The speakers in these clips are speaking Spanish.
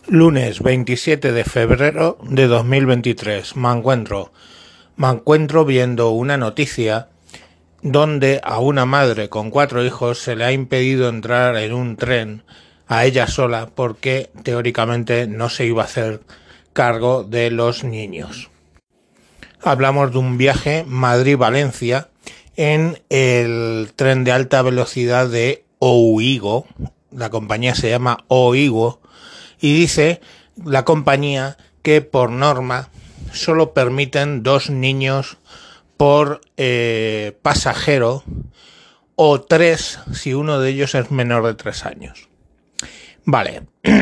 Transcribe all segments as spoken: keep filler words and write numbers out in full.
Lunes veintisiete de febrero de dos mil veintitrés. Me encuentro, me encuentro viendo una noticia donde a una madre con cuatro hijos se le ha impedido entrar en un tren a ella sola porque teóricamente no se iba a hacer cargo de los niños. Hablamos de un viaje Madrid-Valencia en el tren de alta velocidad de OUIGO. La compañía se llama OUIGO y dice la compañía que por norma solo permiten dos niños por eh, pasajero o tres si uno de ellos es menor de tres años. Vale,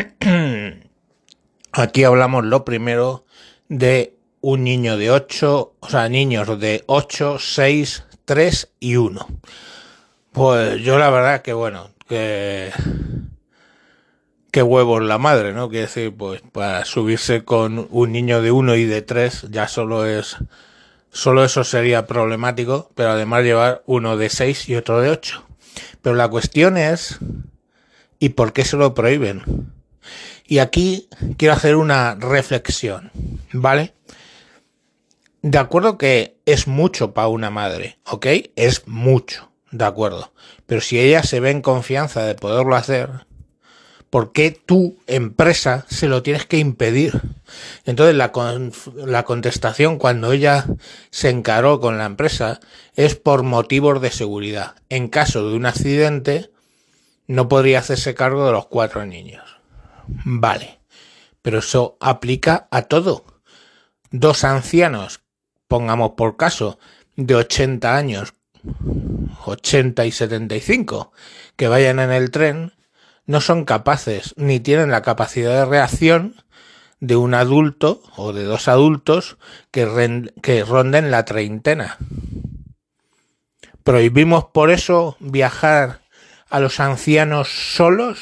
aquí hablamos lo primero de un niño de ocho, o sea, niños de ocho, seis, tres y uno. Pues yo la verdad que bueno, que... qué huevos la madre, ¿no? Quiere decir, pues para subirse con un niño de uno y de tres ya solo es... Solo eso sería problemático, pero además llevar uno de seis y otro de ocho. Pero la cuestión es, ¿y por qué se lo prohíben? Y aquí quiero hacer una reflexión, ¿vale? De acuerdo que es mucho para una madre, ¿ok? Es mucho, de acuerdo. Pero si ella se ve en confianza de poderlo hacer, ¿por qué tu empresa se lo tienes que impedir? Entonces la, con, la contestación cuando ella se encaró con la empresa es por motivos de seguridad. En caso de un accidente no podría hacerse cargo de los cuatro niños. Vale, pero eso aplica a todo. Dos ancianos, pongamos por caso, de ochenta años, ochenta y setenta y cinco, que vayan en el tren, no son capaces ni tienen la capacidad de reacción de un adulto o de dos adultos que, rend, que ronden la treintena. ¿Prohibimos por eso viajar a los ancianos solos?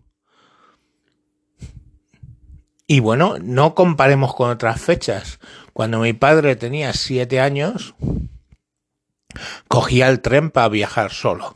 Y bueno, no comparemos con otras fechas. Cuando mi padre tenía siete años, cogía el tren para viajar solo.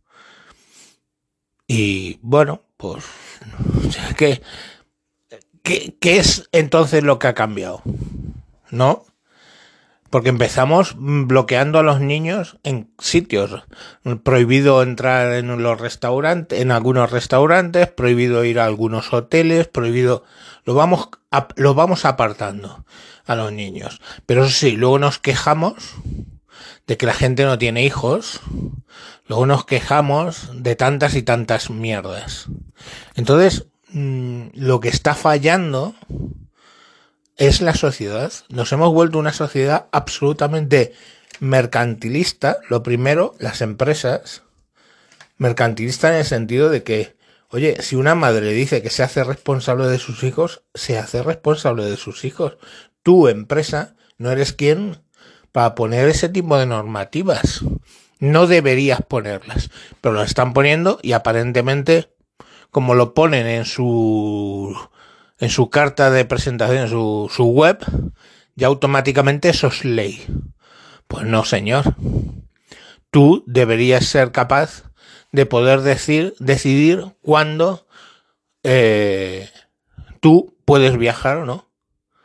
Y bueno, pues ¿qué, qué, qué es entonces lo que ha cambiado? ¿No? Porque empezamos bloqueando a los niños en sitios. Prohibido entrar en los restaurantes, en algunos restaurantes, prohibido ir a algunos hoteles, prohibido... Lo vamos, lo vamos apartando a los niños. Pero eso sí, luego nos quejamos de que la gente no tiene hijos. Luego nos quejamos de tantas y tantas mierdas. Entonces, mmm, lo que está fallando es la sociedad. Nos hemos vuelto una sociedad absolutamente mercantilista. Lo primero, las empresas. Mercantilista en el sentido de que, oye, si una madre dice que se hace responsable de sus hijos, se hace responsable de sus hijos. Tu empresa no eres quien para poner ese tipo de normativas. No deberías ponerlas, pero lo están poniendo y aparentemente, como lo ponen en su en su carta de presentación, en su, su web, ya automáticamente eso es ley. Pues no, señor. Tú deberías ser capaz de poder decir, decidir cuándo eh, tú puedes viajar o no.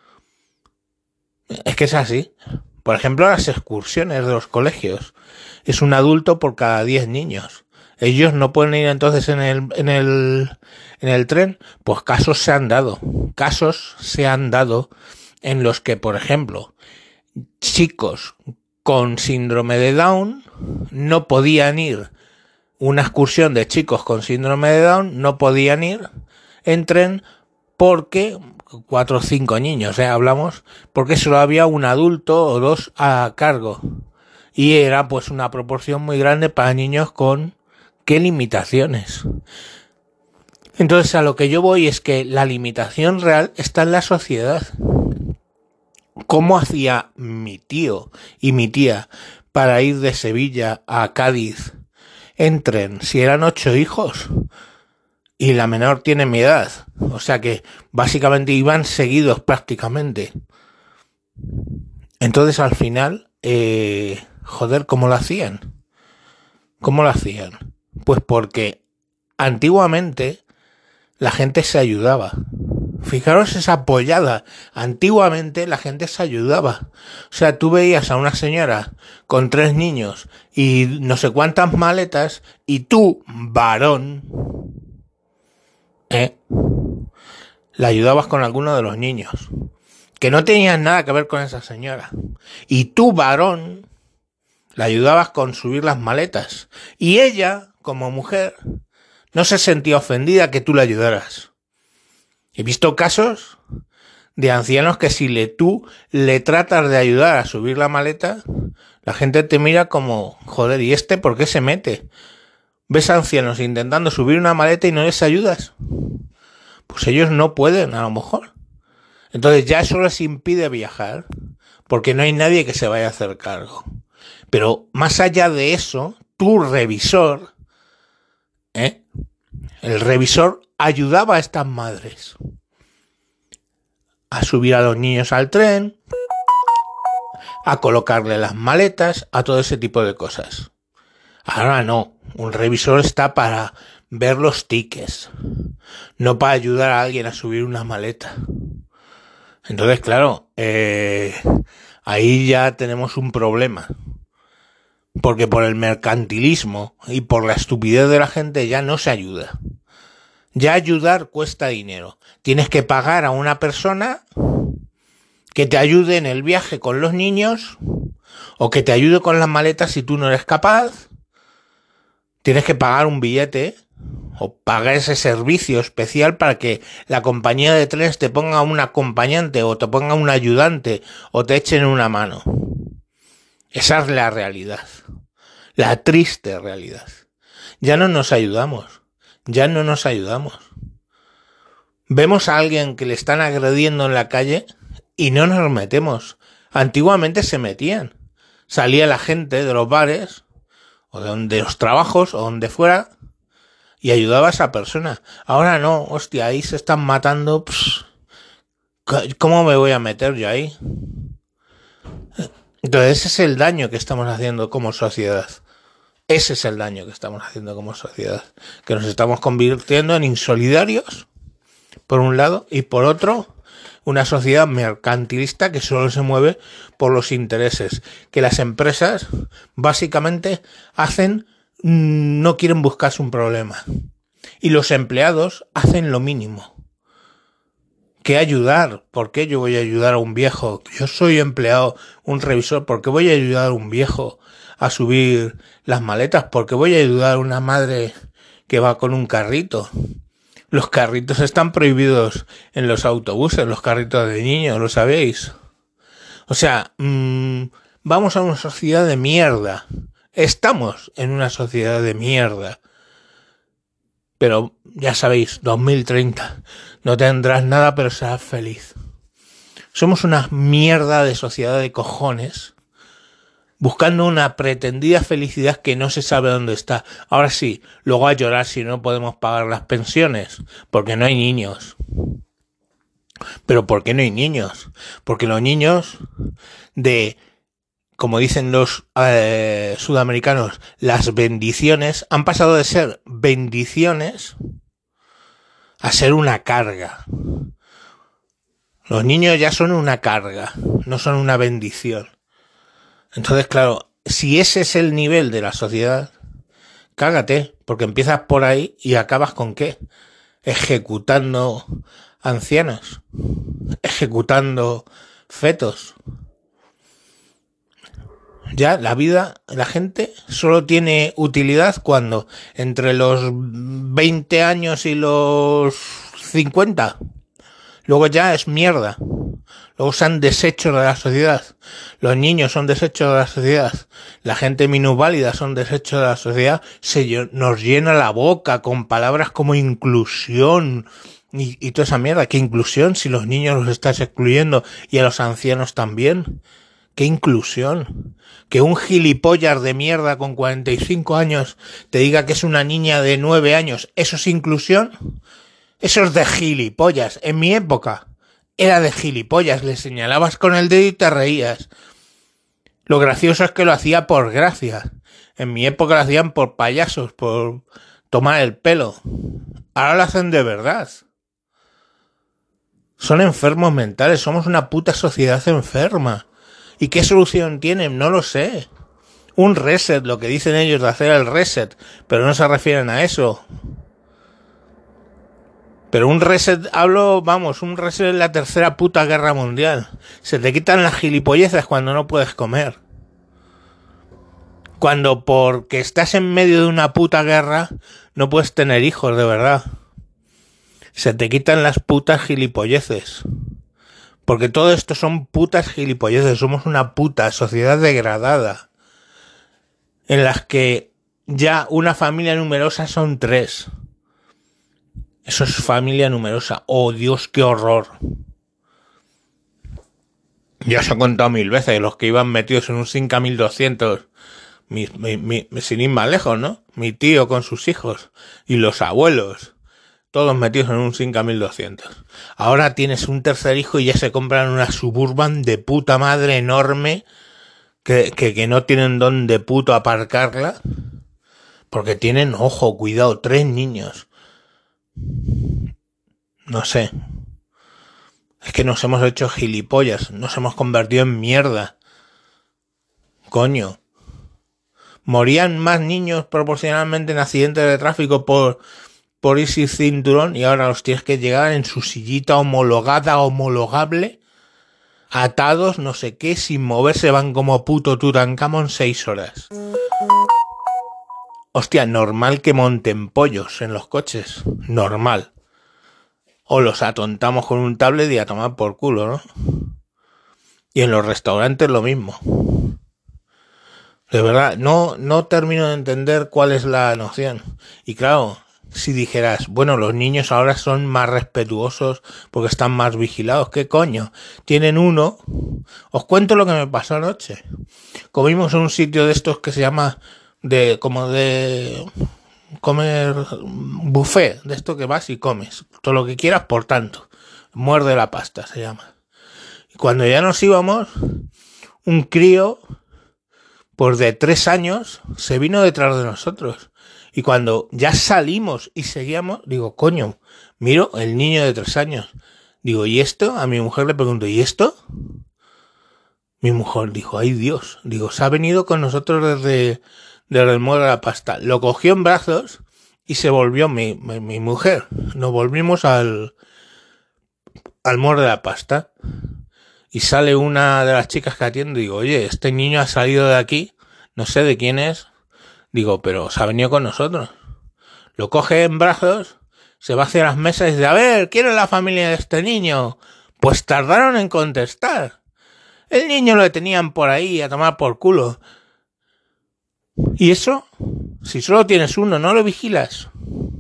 Es que es así. Por ejemplo, las excursiones de los colegios. Es un adulto por cada diez niños. Ellos no pueden ir entonces en el, en el, en el tren. Pues casos se han dado. Casos se han dado en los que, por ejemplo, chicos con síndrome de Down no podían ir. Una excursión de chicos con síndrome de Down no podían ir en tren porque cuatro o cinco niños, ¿eh? Hablamos, porque solo había un adulto o dos a cargo. Y era pues una proporción muy grande para niños con qué limitaciones. Entonces a lo que yo voy es que la limitación real está en la sociedad. ¿Cómo hacía mi tío y mi tía para ir de Sevilla a Cádiz en tren si eran ocho hijos? Y la menor tiene mi edad. O sea que básicamente iban seguidos prácticamente. Entonces al final, eh, joder, ¿cómo lo hacían? ¿Cómo lo hacían? Pues porque antiguamente la gente se ayudaba. Fijaros esa pollada. Antiguamente la gente se ayudaba. O sea, tú veías a una señora con tres niños y no sé cuántas maletas y tú, varón, ¿eh? la ayudabas con alguno de los niños, que no tenían nada que ver con esa señora. Y tú, varón, la ayudabas con subir las maletas. Y ella, como mujer, no se sentía ofendida que tú la ayudaras. He visto casos de ancianos que si le, tú le tratas de ayudar a subir la maleta, la gente te mira como, joder, ¿y este por qué se mete? ¿Ves a ancianos intentando subir una maleta y no les ayudas? Pues ellos no pueden, a lo mejor. Entonces ya eso les impide viajar, porque no hay nadie que se vaya a hacer cargo. Pero más allá de eso, tu revisor, ¿eh? el revisor ayudaba a estas madres a subir a los niños al tren, a colocarle las maletas, a todo ese tipo de cosas. Ahora no, un revisor está para ver los tickets, no para ayudar a alguien a subir una maleta. Entonces, claro, eh, ahí ya tenemos un problema. Porque por el mercantilismo y por la estupidez de la gente ya no se ayuda. Ya ayudar cuesta dinero. Tienes que pagar a una persona que te ayude en el viaje con los niños o que te ayude con las maletas si tú no eres capaz. Tienes que pagar un billete o pagar ese servicio especial para que la compañía de trenes te ponga un acompañante o te ponga un ayudante o te echen una mano. Esa es la realidad. La triste realidad. Ya no nos ayudamos. Ya no nos ayudamos. Vemos a alguien que le están agrediendo en la calle y no nos metemos. Antiguamente se metían. Salía la gente de los bares o de donde los trabajos o donde fuera y ayudaba a esa persona. Ahora no, hostia, ahí se están matando. Pss, ¿cómo me voy a meter yo ahí? Entonces ese es el daño que estamos haciendo como sociedad. Ese es el daño que estamos haciendo como sociedad. Que nos estamos convirtiendo en insolidarios, por un lado, y por otro, una sociedad mercantilista que solo se mueve por los intereses. Que las empresas básicamente hacen, no quieren buscarse un problema. Y los empleados hacen lo mínimo. ¿Qué ayudar? ¿Por qué yo voy a ayudar a un viejo? Yo soy empleado, un revisor. ¿Por qué voy a ayudar a un viejo a subir las maletas? ¿Por qué voy a ayudar a una madre que va con un carrito? Los carritos están prohibidos en los autobuses, los carritos de niños, ¿lo sabéis? O sea, mmm, vamos a una sociedad de mierda. Estamos en una sociedad de mierda. Pero ya sabéis, dos mil treinta, no tendrás nada pero serás feliz. Somos una mierda de sociedad de cojones, buscando una pretendida felicidad que no se sabe dónde está. Ahora sí, luego a llorar si no podemos pagar las pensiones, porque no hay niños. ¿Pero por qué no hay niños? Porque los niños de, como dicen los eh, sudamericanos, las bendiciones han pasado de ser bendiciones a ser una carga. Los niños ya son una carga, no son una bendición. Entonces, claro, si ese es el nivel de la sociedad, cágate, porque empiezas por ahí y acabas con ¿qué? Ejecutando ancianos, ejecutando fetos. Ya la vida, la gente solo tiene utilidad cuando entre los veinte años y los cincuenta. Luego ya es mierda. Luego son desechos de la sociedad. Los niños son desechos de la sociedad. La gente minusválida son desechos de la sociedad. Se nos llena la boca con palabras como inclusión y, y toda esa mierda. ¿Qué inclusión si los niños los estás excluyendo y a los ancianos también? ¿Qué inclusión? Que un gilipollas de mierda con cuarenta y cinco años te diga que es una niña de nueve años. ¿Eso es inclusión? Eso es de gilipollas. En mi época era de gilipollas. Le señalabas con el dedo y te reías. Lo gracioso es que lo hacía por gracia. En mi época lo hacían por payasos, por tomar el pelo. Ahora lo hacen de verdad. Son enfermos mentales, somos una puta sociedad enferma. ¿Y qué solución tienen? No lo sé. Un reset, lo que dicen ellos de hacer el reset, pero no se refieren a eso. Pero un reset, hablo, vamos, un reset en la tercera puta guerra mundial. Se te quitan las gilipolleces cuando no puedes comer. Cuando porque estás en medio de una puta guerra no puedes tener hijos, de verdad. Se te quitan las putas gilipolleces. Porque todo esto son putas gilipolleces. Somos una puta sociedad degradada. En las que ya una familia numerosa son tres. Eso es familia numerosa. Oh, Dios, qué horror. Ya os he contado mil veces los que iban metidos en un Simca mil doscientos. Mi, mi, mi, sin ir más lejos, ¿no? Mi tío con sus hijos. Y los abuelos. Todos metidos en un Simca mil doscientos. Ahora tienes un tercer hijo y ya se compran una Suburban de puta madre enorme. Que, que, que no tienen dónde puto aparcarla. Porque tienen, ojo, cuidado, tres niños. No sé. Es que nos hemos hecho gilipollas. Nos hemos convertido en mierda. Coño. Morían más niños proporcionalmente en accidentes de tráfico por, por ir sin cinturón y ahora los tienes que llegar en su sillita homologada, homologable, atados, no sé qué, sin moverse, van como puto Tutankamón seis horas. Hostia, normal que monten pollos en los coches. Normal. O los atontamos con un tablet y a tomar por culo, ¿no? Y en los restaurantes lo mismo. De verdad, no, no termino de entender cuál es la noción. Y claro, si dijeras, bueno, los niños ahora son más respetuosos porque están más vigilados. ¿Qué coño? Tienen uno. Os cuento lo que me pasó anoche. Comimos en un sitio de estos que se llama de como de comer buffet, de esto que vas y comes todo lo que quieras por tanto. Muerde la pasta se llama. Y cuando ya nos íbamos, un crío pues de tres años se vino detrás de nosotros. Y cuando ya salimos y seguíamos, digo, coño, miro el niño de tres años. Digo, ¿y esto? A mi mujer le pregunto, ¿y esto? Mi mujer dijo, ay Dios. Digo, se ha venido con nosotros desde, desde el muelle de la pasta. Lo cogió en brazos y se volvió mi, mi, mi mujer. Nos volvimos al, al muelle de la pasta. Y sale una de las chicas que atiendo y digo, oye, este niño ha salido de aquí, no sé de quién es. Digo, pero se ha venido con nosotros. Lo coge en brazos, se va hacia las mesas y dice, a ver, ¿quién es la familia de este niño? Pues tardaron en contestar. El niño lo tenían por ahí a tomar por culo. ¿Y eso? Si solo tienes uno, ¿no lo vigilas?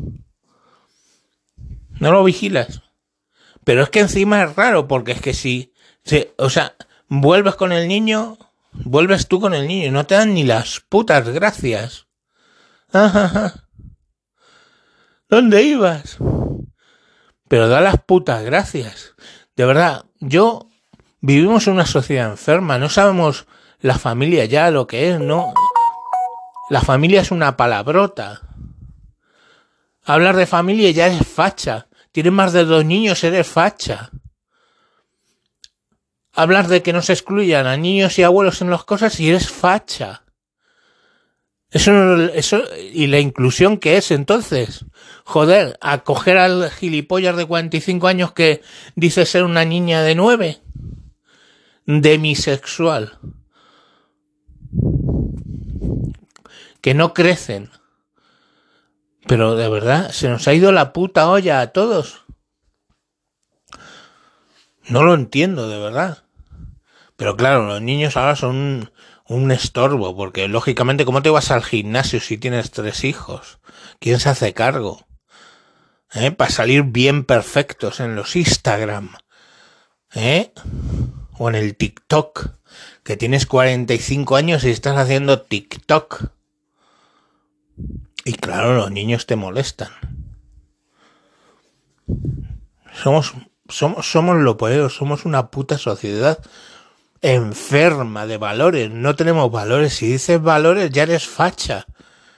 No lo vigilas. Pero es que encima es raro, porque es que si... Sí, o sea, vuelves con el niño, vuelves tú con el niño, no te dan ni las putas gracias. Ajaja. ¿Dónde ibas? Pero da las putas gracias. De verdad, yo vivimos en una sociedad enferma, no sabemos la familia ya lo que es, ¿no? La familia es una palabrota. Hablar de familia ya es facha. Tienes más de dos niños, eres facha. Hablar de que no se excluyan a niños y abuelos en las cosas y eres facha. Eso, eso, y la inclusión que es entonces. Joder, acoger al gilipollas de cuarenta y cinco años que dice ser una niña de nueve. Demisexual. Que no crecen. Pero de verdad, se nos ha ido la puta olla a todos. No lo entiendo, de verdad. Pero claro, los niños ahora son un, un estorbo, porque lógicamente, ¿cómo te vas al gimnasio si tienes tres hijos? ¿Quién se hace cargo? ¿Eh? Para salir bien perfectos en los Instagram. ¿Eh? O en el TikTok. Que tienes cuarenta y cinco años y estás haciendo TikTok. Y claro, los niños te molestan. Somos, somos, somos lo peor, somos una puta sociedad enferma de valores. No tenemos valores. Si dices valores, ya eres facha.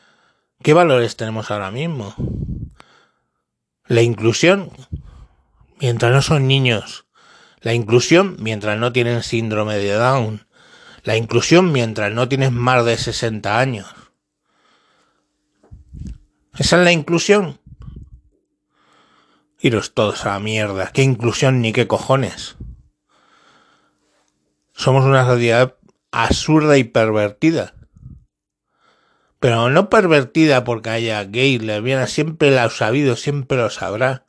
¿Qué valores tenemos ahora mismo? La inclusión. mientras no son niños. La inclusión mientras no tienen síndrome de Down. La inclusión mientras no tienes más de sesenta años. ¿Esa es la inclusión? Iros todos a la mierda. ¿Qué inclusión ni qué cojones? Somos una sociedad absurda y pervertida. Pero no pervertida porque haya gays, lesbianas, siempre la ha sabido, siempre lo sabrá.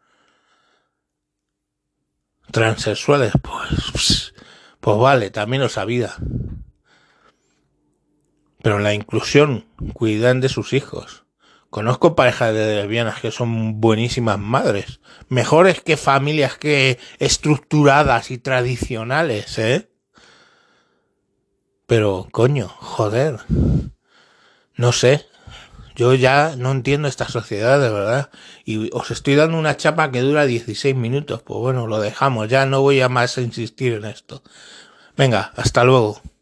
Transexuales, pues, pues vale, también lo sabía. Pero la inclusión, cuidan de sus hijos. Conozco parejas de lesbianas que son buenísimas madres. Mejores que familias que estructuradas y tradicionales, ¿eh? Pero, coño, joder. No sé. Yo ya no entiendo esta sociedad, de verdad. Y os estoy dando una chapa que dura dieciséis minutos. Pues bueno, lo dejamos. Ya no voy a más insistir en esto. Venga, hasta luego.